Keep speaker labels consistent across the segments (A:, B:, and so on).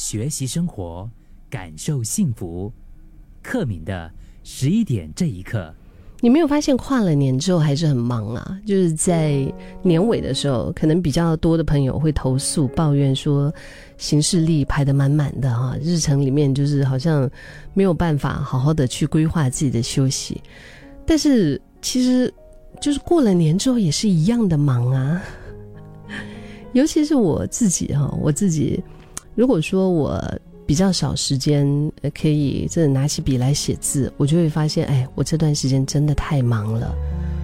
A: 学习生活，感受幸福。克敏的11点这一刻。
B: 你没有发现跨了年之后还是很忙啊？就是在年尾的时候，可能比较多的朋友会投诉抱怨说行事历排得满满的哈，日程里面就是好像没有办法好好的去规划自己的休息。但是其实就是过了年之后也是一样的忙啊。尤其是我自己如果说我比较少时间可以真的拿起笔来写字，我就会发现我这段时间真的太忙了。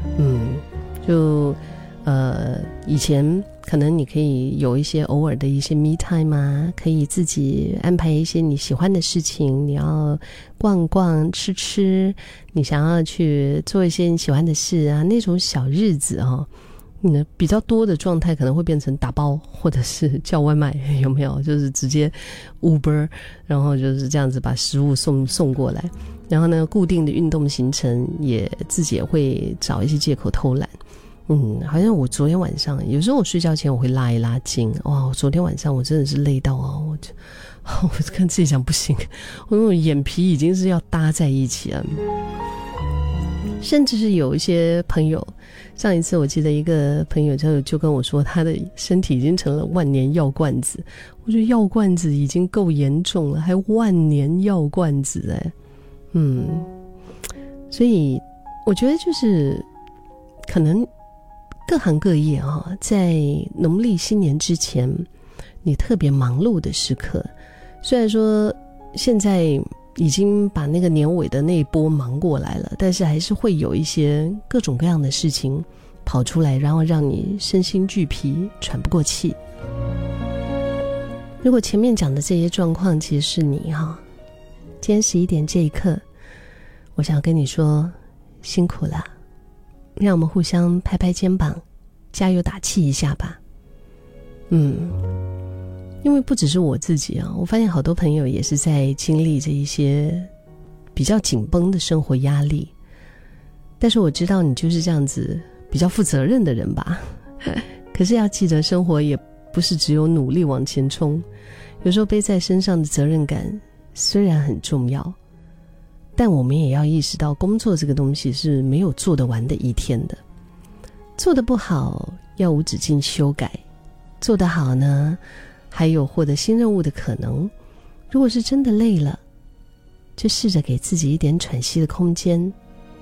B: 以前可能你可以有一些偶尔的一些 me time 啊，可以自己安排一些你喜欢的事情，你要逛逛吃吃，你想要去做一些你喜欢的事啊，那种小日子比较多的状态可能会变成打包或者是叫外卖，有没有？就是直接 Uber， 然后就是这样子把食物送过来。然后呢，固定的运动行程自己也会找一些借口偷懒。好像我昨天晚上，有时候我睡觉前我会拉一拉筋。哇，昨天晚上我真的是累到我跟自己讲不行，我那种眼皮已经是要搭在一起了。甚至是有一些朋友，上一次我记得一个朋友就跟我说，他的身体已经成了万年药罐子。我觉得药罐子已经够严重了，还万年药罐子所以我觉得就是可能各行各业在农历新年之前，你特别忙碌的时刻，虽然说现在已经把那个年尾的那一波忙过来了，但是还是会有一些各种各样的事情跑出来，然后让你身心俱疲，喘不过气。如果前面讲的这些状况其实是你今天11点这一刻，我想跟你说辛苦了，让我们互相拍拍肩膀，加油打气一下吧。因为不只是我自己我发现好多朋友也是在经历着一些比较紧绷的生活压力，但是我知道你就是这样子比较负责任的人吧。可是要记得，生活也不是只有努力往前冲，有时候背在身上的责任感虽然很重要，但我们也要意识到，工作这个东西是没有做得完的一天的。做得不好要无止境修改，做得好呢还有获得新任务的可能。如果是真的累了，就试着给自己一点喘息的空间。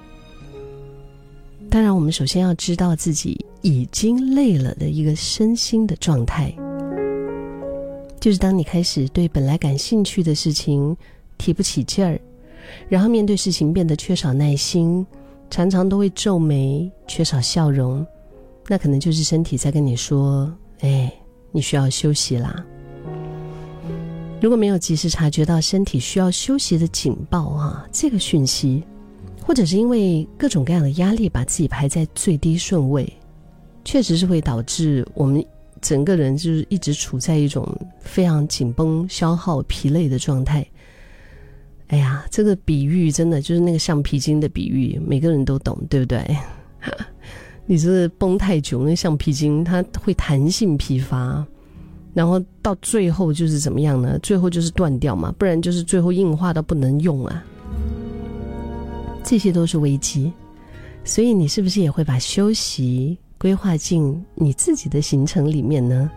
B: 当然我们首先要知道自己已经累了的一个身心的状态，就是当你开始对本来感兴趣的事情提不起劲儿，然后面对事情变得缺少耐心，常常都会皱眉，缺少笑容，那可能就是身体在跟你说你需要休息啦。如果没有及时察觉到身体需要休息的警报这个讯息，或者是因为各种各样的压力把自己排在最低顺位，确实是会导致我们整个人就是一直处在一种非常紧绷、消耗、疲累的状态。这个比喻真的就是那个橡皮筋的比喻，每个人都懂，对不对？你这绷太久，那橡皮筋它会弹性疲乏，然后到最后就是怎么样呢？最后就是断掉嘛，不然就是最后硬化到不能用啊。这些都是危机，所以你是不是也会把休息规划进你自己的行程里面呢？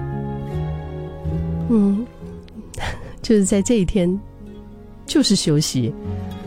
B: 就是在这一天就是休息。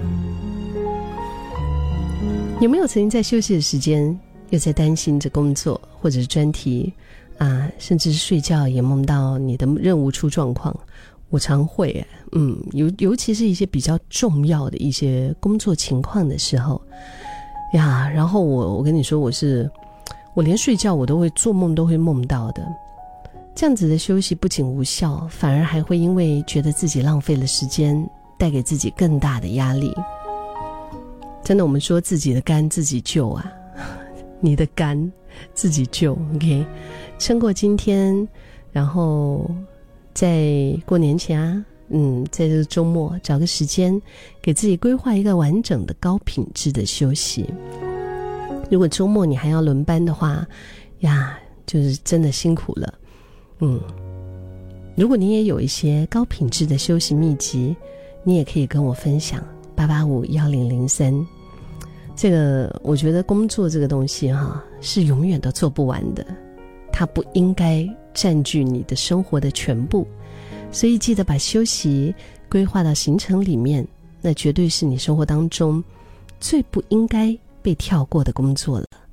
B: 有没有曾经在休息的时间又在担心着工作或者是专题甚至是睡觉也梦到你的任务出状况？我常会尤其是一些比较重要的一些工作情况的时候然后我跟你说，我连睡觉我都会做梦都会梦到的。这样子的休息不仅无效，反而还会因为觉得自己浪费了时间，带给自己更大的压力。真的，我们说自己的肝自己救你的肝自己救 OK， 撑过今天，然后在过年前在这个周末找个时间给自己规划一个完整的高品质的休息。如果周末你还要轮班的话就是真的辛苦了如果你也有一些高品质的休息秘籍，你也可以跟我分享8851003。这个我觉得工作这个东西是永远都做不完的，它不应该占据你的生活的全部，所以记得把休息规划到行程里面，那绝对是你生活当中最不应该被跳过的工作了。